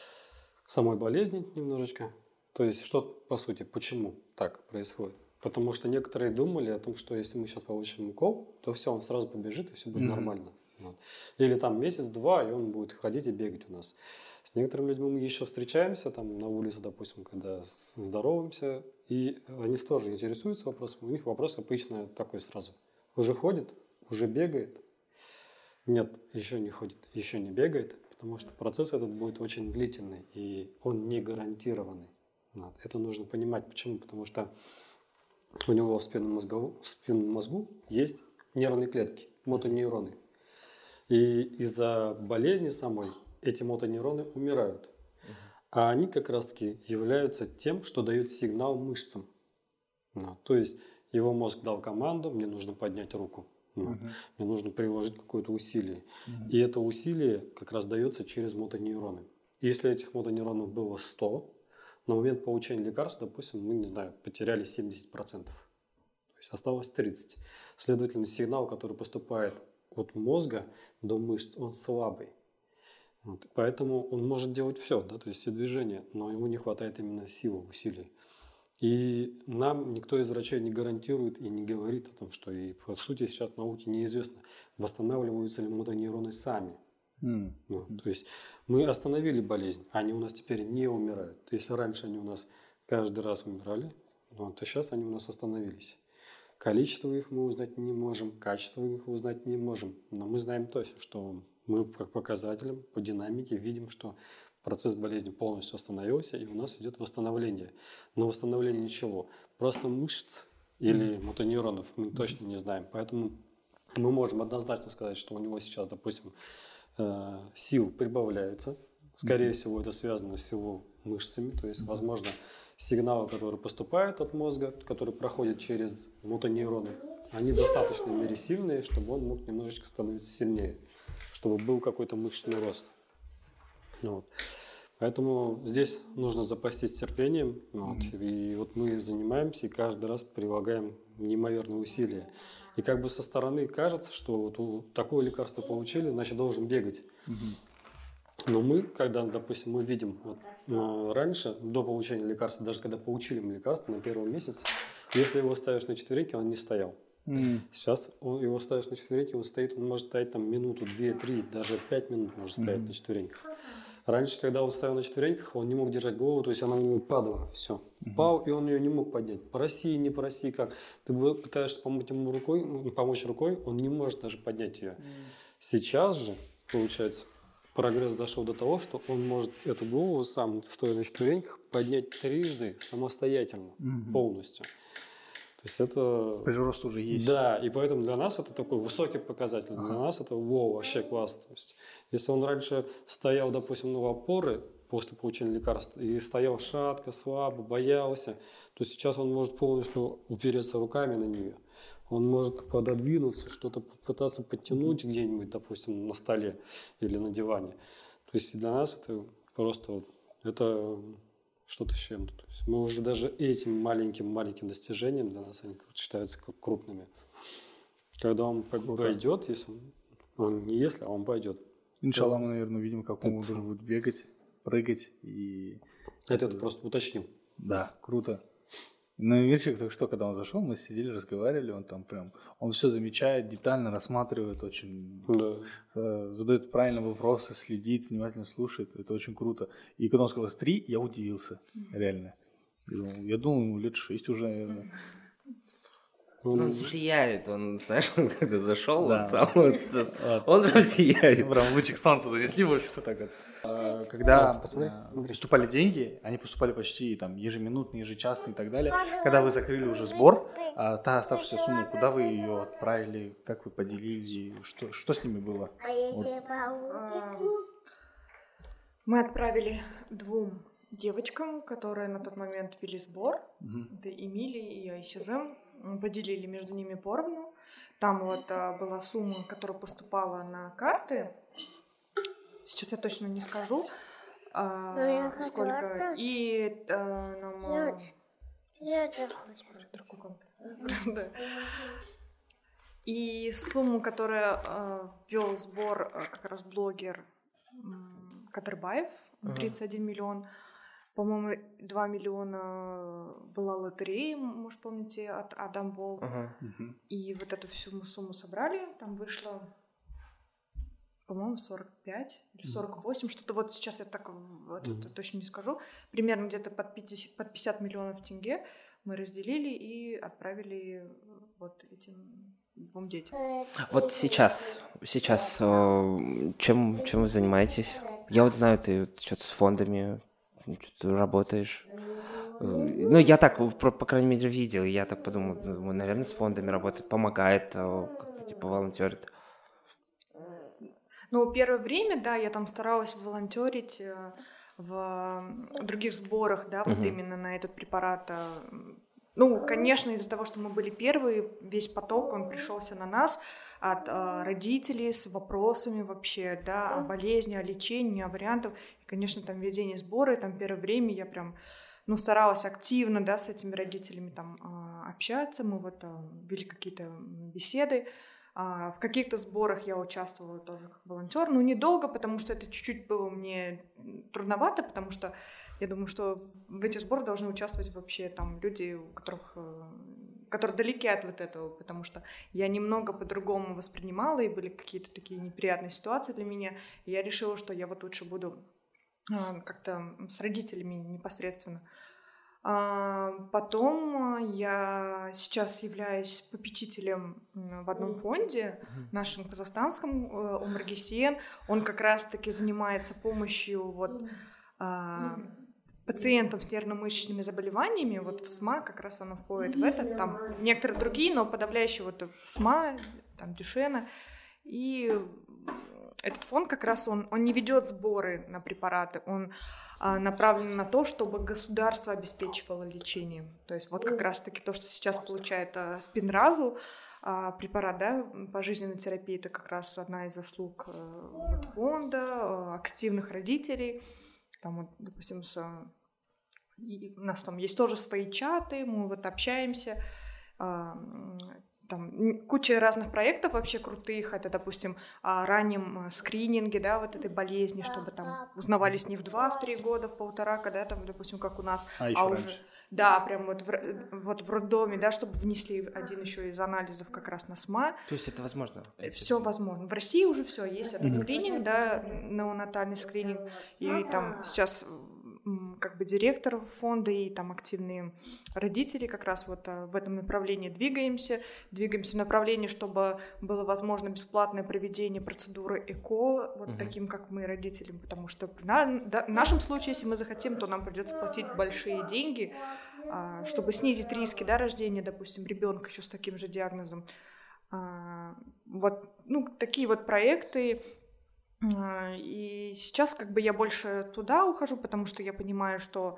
самой болезни немножечко. То есть, что, по сути, почему так происходит? Потому что некоторые думали о том, что если мы сейчас получим укол, то все, он сразу побежит, и все будет нормально. Вот. Или там месяц-два, и он будет ходить и бегать у нас. С некоторыми людьми мы еще встречаемся там на улице, допустим, когда здороваемся, и они тоже интересуются вопросом. У них вопрос обычно такой сразу. Уже ходит, уже бегает. Нет, еще не ходит, еще не бегает, потому что процесс этот будет очень длительный, и он не гарантированный. Вот. Это нужно понимать. Почему? Потому что у него в спинном мозгу есть нервные клетки, мотонейроны. И из-за болезни самой эти мотонейроны умирают. А они как раз-таки являются тем, что дают сигнал мышцам. То есть его мозг дал команду, мне нужно поднять руку. Мне нужно приложить какое-то усилие. И это усилие как раз дается через мотонейроны. Если этих мотонейронов было 100, на момент получения лекарства, допустим, мы, не знаю, потеряли 70%. То есть осталось 30%. Следовательно, сигнал, который поступает от мозга до мышц, он слабый. Вот. Поэтому он может делать все, да, то есть все движения, но ему не хватает именно силы, усилий. И нам никто из врачей не гарантирует и не говорит о том, что и по сути сейчас в науке неизвестно, восстанавливаются ли мотонейроны сами. То есть мы остановили болезнь, а они у нас теперь не умирают. Если раньше они у нас каждый раз умирали, то сейчас они у нас остановились. Количество их мы узнать не можем, качество их узнать не можем. Но мы знаем точно, что мы по показателям, по динамике видим, что процесс болезни полностью остановился, и у нас идет восстановление. Но восстановление ничего. Просто мышц или мотонейронов мы точно не знаем. Поэтому мы можем однозначно сказать, что у него сейчас, допустим, сил прибавляется. Скорее всего, это связано с его мышцами. То есть, возможно, сигналы, которые поступают от мозга, которые проходят через мотонейроны, они в достаточной мере сильные, чтобы он мог немножечко становиться сильнее, чтобы был какой-то мышечный рост. Вот. Поэтому здесь нужно запастись терпением. И вот мы занимаемся и каждый раз прилагаем неимоверные усилия. И как бы со стороны кажется, что вот такое лекарство получили, значит должен бегать. Но мы, когда, допустим, мы видим раньше, до получения лекарства, даже когда получили мы лекарство на первом месяце, если его ставишь на четвереньки, он не стоял. Сейчас его ставишь на четвереньки, он стоит, он может стоять там минуту, 2-3, даже 5 минут может стоять на четвереньках. Раньше, когда он стоял на четвереньках, он не мог держать голову, то есть она у него падала, все. Пал, и он ее не мог поднять. Проси, не проси, как. Ты пытаешься помочь ему рукой, он не может даже поднять ее. Сейчас же, получается, прогресс дошел до того, что он может эту голову сам, стоя на четвереньках, поднять трижды самостоятельно, полностью. То есть это... Прирост уже есть. Да, и поэтому для нас это такой высокий показатель. Для нас это вообще класс. То есть, если он раньше стоял, допустим, на опоры после получения лекарства и стоял шатко, слабо, боялся, то сейчас он может полностью упереться руками на нее. Он может пододвинуться, что-то попытаться подтянуть где-нибудь, допустим, на столе или на диване. То есть для нас это просто это что-то с чем-то. То есть мы уже даже этим маленьким достижением для нас они считаются как крупными. Когда он пойдет, если он не если, а он пойдет. Иншаллах, мы, наверное, увидим, как он должен будет бегать, прыгать и... Это просто уточнил. Да, круто. На Эмирчик только что, когда он зашел, мы сидели, разговаривали, он там прям, он все замечает, детально рассматривает, очень задает правильные вопросы, следит, внимательно слушает, это очень круто. И когда он сказал 3, я удивился, реально. Я думал, ему лет 6 уже, наверное. Он сияет, он, знаешь, когда зашел, да, он прям сияет. Прям лучик солнца занесли больше всего так вот. Когда поступали деньги, они поступали почти там ежеминутно, ежечасно и так далее. Когда вы закрыли уже сбор, та оставшаяся сумма, куда вы ее отправили, как вы поделили, что с ними было? Мы отправили 2 девочкам, которые на тот момент вели сбор, это Эмилия и Айсизем, поделили между ними поровну. Там вот была сумма, которая поступала на карты, сейчас я точно не скажу, сколько. И нам... И сумму, которую ввел сбор как раз блогер Кадырбаев, 31 миллион. По-моему, 2 миллиона была лотерея, может, помните, от Адамбол. И вот эту всю сумму собрали, там вышло, по-моему, 45 или 48, что-то вот сейчас я так вот, точно не скажу. Примерно где-то под 50 миллионов тенге мы разделили и отправили вот этим 2 детям. Вот сейчас чем вы занимаетесь? Я вот знаю, ты что-то с фондами, что-то работаешь. Ну, я так, по крайней мере, видел, я так подумал, наверное, с фондами работает, помогает, как-то типа волонтерит. Ну, первое время, да, я там старалась волонтерить в других сборах, да, вот именно на этот препарат. Ну, конечно, из-за того, что мы были первые, весь поток, он пришелся на нас от родителей с вопросами вообще, да, о болезни, о лечении, о вариантах. И, конечно, там ведение сбора, там первое время я прям, ну, старалась активно, да, с этими родителями там общаться. Мы вот вели какие-то беседы. В каких-то сборах я участвовала тоже как волонтер, но недолго, потому что это чуть-чуть было мне трудновато, потому что я думаю, что в этих сборах должны участвовать вообще там люди, которые далеки от вот этого, потому что я немного по-другому воспринимала, и были какие-то такие неприятные ситуации для меня, и я решила, что я вот лучше буду как-то с родителями непосредственно. Потом я сейчас являюсь попечителем в одном фонде, нашем казахстанском, Омаргесен. Он как раз-таки занимается помощью вот, пациентам с нервно-мышечными заболеваниями. Вот в СМА как раз она входит в это. Там некоторые другие, но подавляющие вот СМА, там Дюшена. И этот фонд как раз, он не ведет сборы на препараты, он направлен на то, чтобы государство обеспечивало лечение. То есть вот как раз-таки то, что сейчас получает Спинразу, препарат, да, пожизненной терапии, это как раз одна из заслуг вот, фонда, активных родителей. Там, вот, допустим, у нас там есть тоже свои чаты, мы вот общаемся. Там куча разных проектов вообще крутых. Это, допустим, о раннем скрининге, да, вот этой болезни, чтобы там узнавались не в 2-3 года, в 1,5, да, там, допустим, как у нас, раньше. Да, прям вот в роддоме, да, чтобы внесли один еще из анализов как раз на СМА. То есть это возможно? Все возможно. В России уже все есть этот скрининг, да, неонатальный скрининг, и там сейчас как бы директор фонда и там активные родители как раз вот в этом направлении двигаемся в направлении, чтобы было возможно бесплатное проведение процедуры ЭКО, вот таким, как мы, родителям, потому что в нашем случае, если мы захотим, то нам придется платить большие деньги, чтобы снизить риски, да, рождения, допустим, ребенка еще с таким же диагнозом. Вот, ну, такие вот проекты. И сейчас как бы я больше туда ухожу, потому что я понимаю, что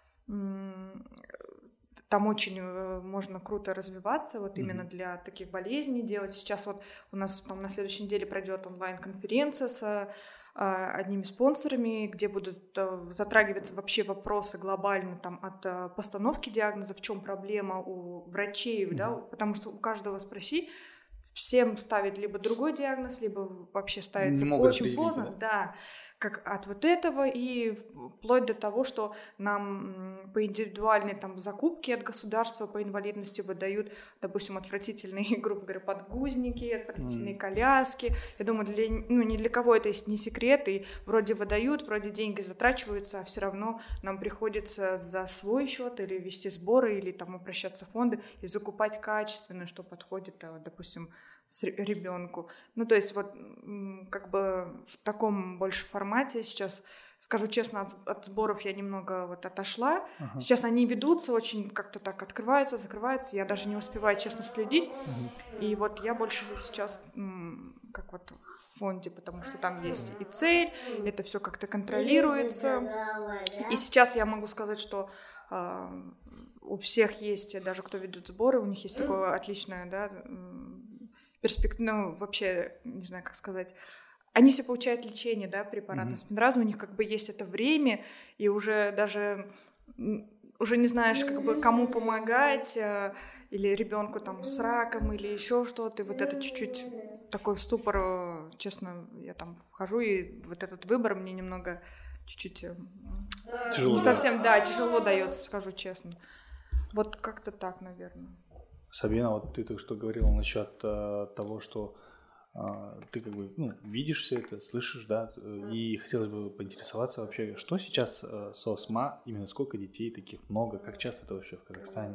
там очень можно круто развиваться, вот именно для таких болезней делать. Сейчас вот у нас там на следующей неделе пройдет онлайн-конференция с одними спонсорами, где будут затрагиваться вообще вопросы глобально там от постановки диагноза, в чем проблема у врачей, да, потому что у каждого спроси, всем ставят либо другой диагноз, либо вообще ставится очень поздно, да, как от вот этого, и вплоть до того, что нам по индивидуальной там закупке от государства по инвалидности выдают, допустим, отвратительные, грубо говоря, подгузники, отвратительные коляски. Я думаю, ни для кого это не секрет, и вроде выдают, вроде деньги затрачиваются, а все равно нам приходится за свой счет или вести сборы, или там обращаться в фонды и закупать качественно, что подходит, допустим, ребенку. Ну, то есть вот как бы в таком больше формате сейчас, скажу честно, от сборов я немного вот отошла. Сейчас они ведутся очень как-то так, открываются, закрываются, я даже не успеваю, честно, следить. И вот я больше сейчас как вот в фонде, потому что там есть и цель, это все как-то контролируется. И сейчас я могу сказать, что у всех есть, даже кто ведет сборы, у них есть такое отличное, да, перспектива, ну, вообще, не знаю, как сказать, они все получают лечение, да, препаратом спинраза, у них как бы есть это время, и уже даже уже не знаешь, как бы кому помогать, или ребенку там с раком, или еще что-то, и вот это чуть-чуть такой ступор, честно, я там вхожу, и вот этот выбор мне немного чуть-чуть Тяжело не совсем, да, тяжело дается, скажу честно. Вот как-то так, наверное. Сабина, вот ты только что говорила насчет того, что ты как бы видишь все это, слышишь, да, и хотелось бы поинтересоваться вообще, что сейчас со СМА, именно сколько детей, таких много, как часто это вообще в Казахстане?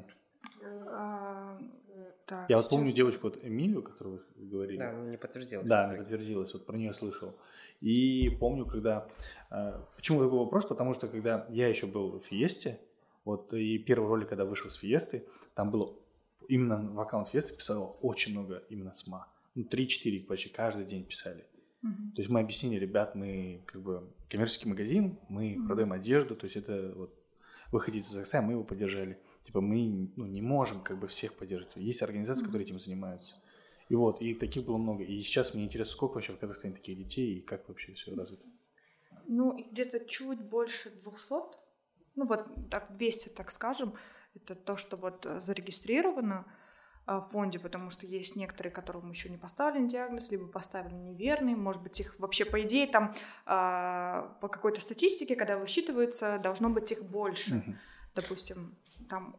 Так, Я вот помню девочку вот Эмилию, которую вы говорили. Да, не подтвердилось. Да, не подтвердилось, вот про нее слышал. И помню, когда... Почему такой вопрос? Потому что когда я еще был в Фиесте, вот и первый ролик, когда вышел с Фиесты, там было именно в аккаунт Фиесты писало очень много именно СМА. 3-4 почти каждый день писали. То есть мы объяснили, ребят, мы как бы коммерческий магазин, мы продаем одежду, то есть это вот вы хотите из Казахстана, мы его поддержали. Типа мы не можем как бы всех поддерживать. Есть организации, которые этим занимаются. И вот, и таких было много. И сейчас мне интересно, сколько вообще в Казахстане таких детей и как вообще все развито? Где-то чуть больше 200. Вот так 200, так скажем. Это то, что вот зарегистрировано в фонде, потому что есть некоторые, которым еще не поставлен диагноз, либо поставлен неверный, может быть, их вообще, по идее, там по какой-то статистике, когда высчитывается, должно быть их больше. Допустим, там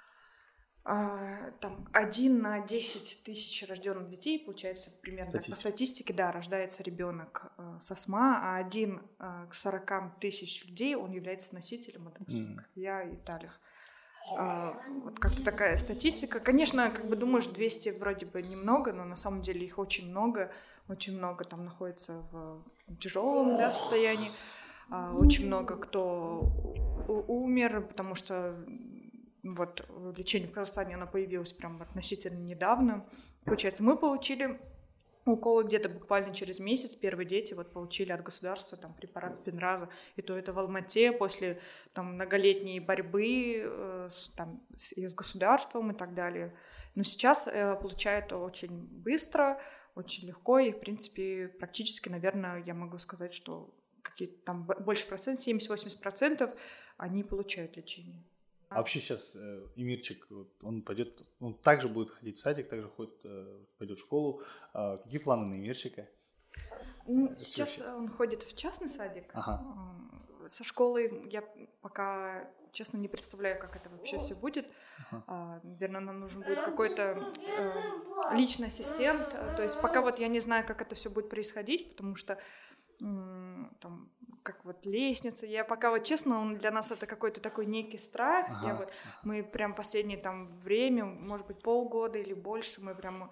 1 на 10 тысяч рожденных детей, получается, примерно по статистике, да, рождается ребенок со СМА, а 1 к 40 тысяч людей, он является носителем, допустим, как я и Талих. Вот как-то такая статистика. Конечно, как бы думаешь, 200 вроде бы немного, но на самом деле их очень много там находится в тяжелом, да, состоянии, очень много кто умер, потому что вот лечение в Казахстане, оно появилось прям относительно недавно. Получается, мы получили уколы где-то буквально через месяц. Первые дети вот получили от государства там препарат спинраза, и то это в Алмате после там многолетней борьбы с государством и так далее. Но сейчас получают очень быстро, очень легко, и в принципе практически, наверное, я могу сказать, что какие-то там больше процент, 70-80% они получают лечение. А вообще сейчас Эмирчик, он также будет ходить в садик, также пойдет в школу. Какие планы на Эмирчика? Сейчас он ходит в частный садик. Ага. Со школой я пока, честно, не представляю, как это вообще все будет. Наверное, нам нужен будет какой-то личный ассистент. То есть пока вот я не знаю, как это все будет происходить, потому что там как вот лестница. Я пока вот честно, для нас это какой-то такой некий страх. Мы прям последнее там время, может быть, полгода или больше, мы прям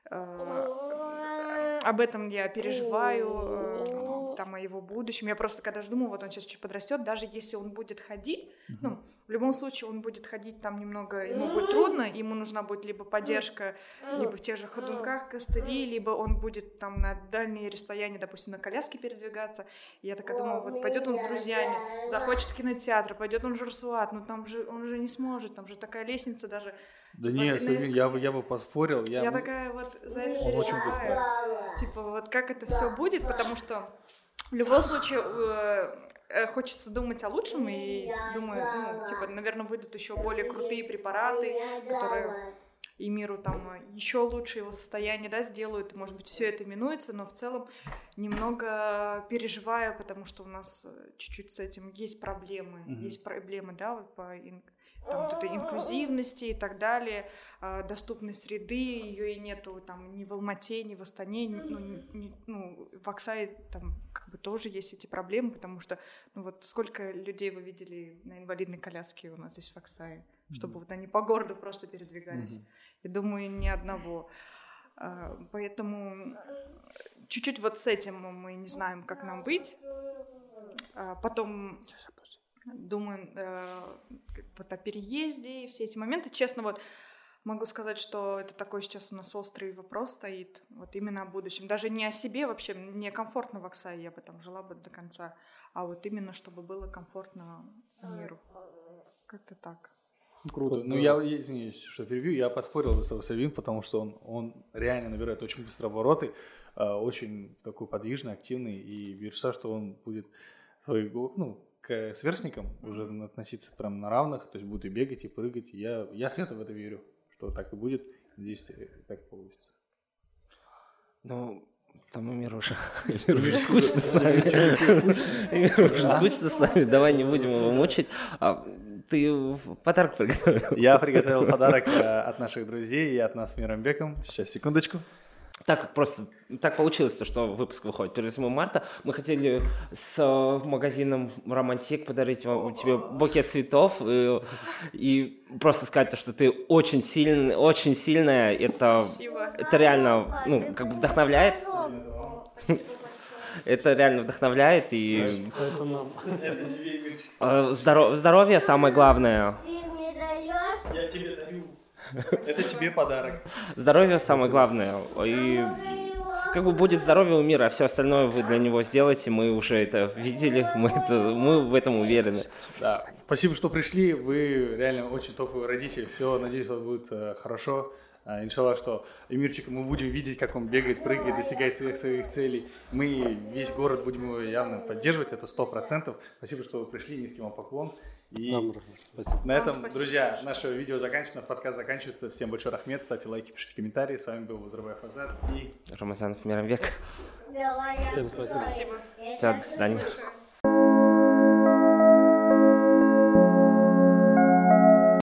об этом я переживаю, там о его будущем. Я просто когда же думаю, вот он сейчас чуть подрастет, даже если он будет ходить, в любом случае он будет ходить там немного, ему будет трудно, ему нужна будет либо поддержка, либо в тех же ходунках, костыли, либо он будет там на дальние расстояния, допустим, на коляске передвигаться. И я такая думаю, вот пойдет он с друзьями, захочет в кинотеатр, пойдет он в Журсуат, там же он уже не сможет, там же такая лестница даже. Да нет, я бы поспорил. Я такая вот за это переживаю. Типа вот как это все будет, потому что в любом случае хочется думать о лучшем, и думаю, наверное, выйдут еще более крутые препараты, которые и миру там еще лучше его состояние, да, сделают, может быть, все это минуется, но в целом немного переживаю, потому что у нас чуть-чуть с этим есть проблемы, да, вот по там, вот этой инклюзивности и так далее, доступной среды, ее и нету там ни в Алмате, ни в Астане, в Аксае там как бы тоже есть эти проблемы, потому что, вот сколько людей вы видели на инвалидной коляске у нас здесь в Аксае, чтобы вот они по городу просто передвигались. Я думаю, ни одного. Поэтому чуть-чуть вот с этим мы не знаем, как нам быть. Потом думаем вот о переезде и все эти моменты. Честно, вот могу сказать, что это такой сейчас у нас острый вопрос стоит, вот именно о будущем. Даже не о себе вообще, мне комфортно в Аксае, я бы там жила бы до конца, а вот именно, чтобы было комфортно миру. Как-то так. Круто. Вот, Ну, да. я, извините, что перебью, я поспорил бы с тобой, Савин, потому что он реально набирает очень быстро обороты, очень такой подвижный, активный, и вижу, что он будет к сверстникам уже относиться прям на равных, то есть будет и бегать, и прыгать. Я свято в это верю, что так и будет. Надеюсь, так и получится. Ну, там Эмир уже скучно с нами. Эмир уже скучно с нами, давай не будем его мучить. Ты подарок приготовил? Я приготовил подарок от наших друзей и от нас с Мирамбеком. Сейчас, секундочку. Так получилось, что выпуск выходит 1 марта. Мы хотели с магазином Романтик подарить тебе букет цветов и просто сказать, что ты очень сильная. Это реально, вдохновляет. Это реально вдохновляет и здоровье самое главное. Я тебе дарю. Это тебе подарок. Здоровье самое главное. И будет здоровье у мира, а все остальное вы для него сделаете. Мы уже это видели, мы в этом уверены. Да. Спасибо, что пришли. Вы реально очень топовые родители. Все, надеюсь, у вас будет хорошо. Иншаллах, что Эмирчик, мы будем видеть, как он бегает, прыгает, достигает своих целей. Мы весь город будем его явно поддерживать, это 100%. Спасибо, что вы пришли, низкий вам поклон. И на этом, друзья, наше видео заканчивается, наш подкаст заканчивается. Всем большой рахмет, ставьте лайки, пишите комментарии. С вами был Узурбаев Азат и Рамазанов Мирамбек. Всем спасибо. Все, до свидания.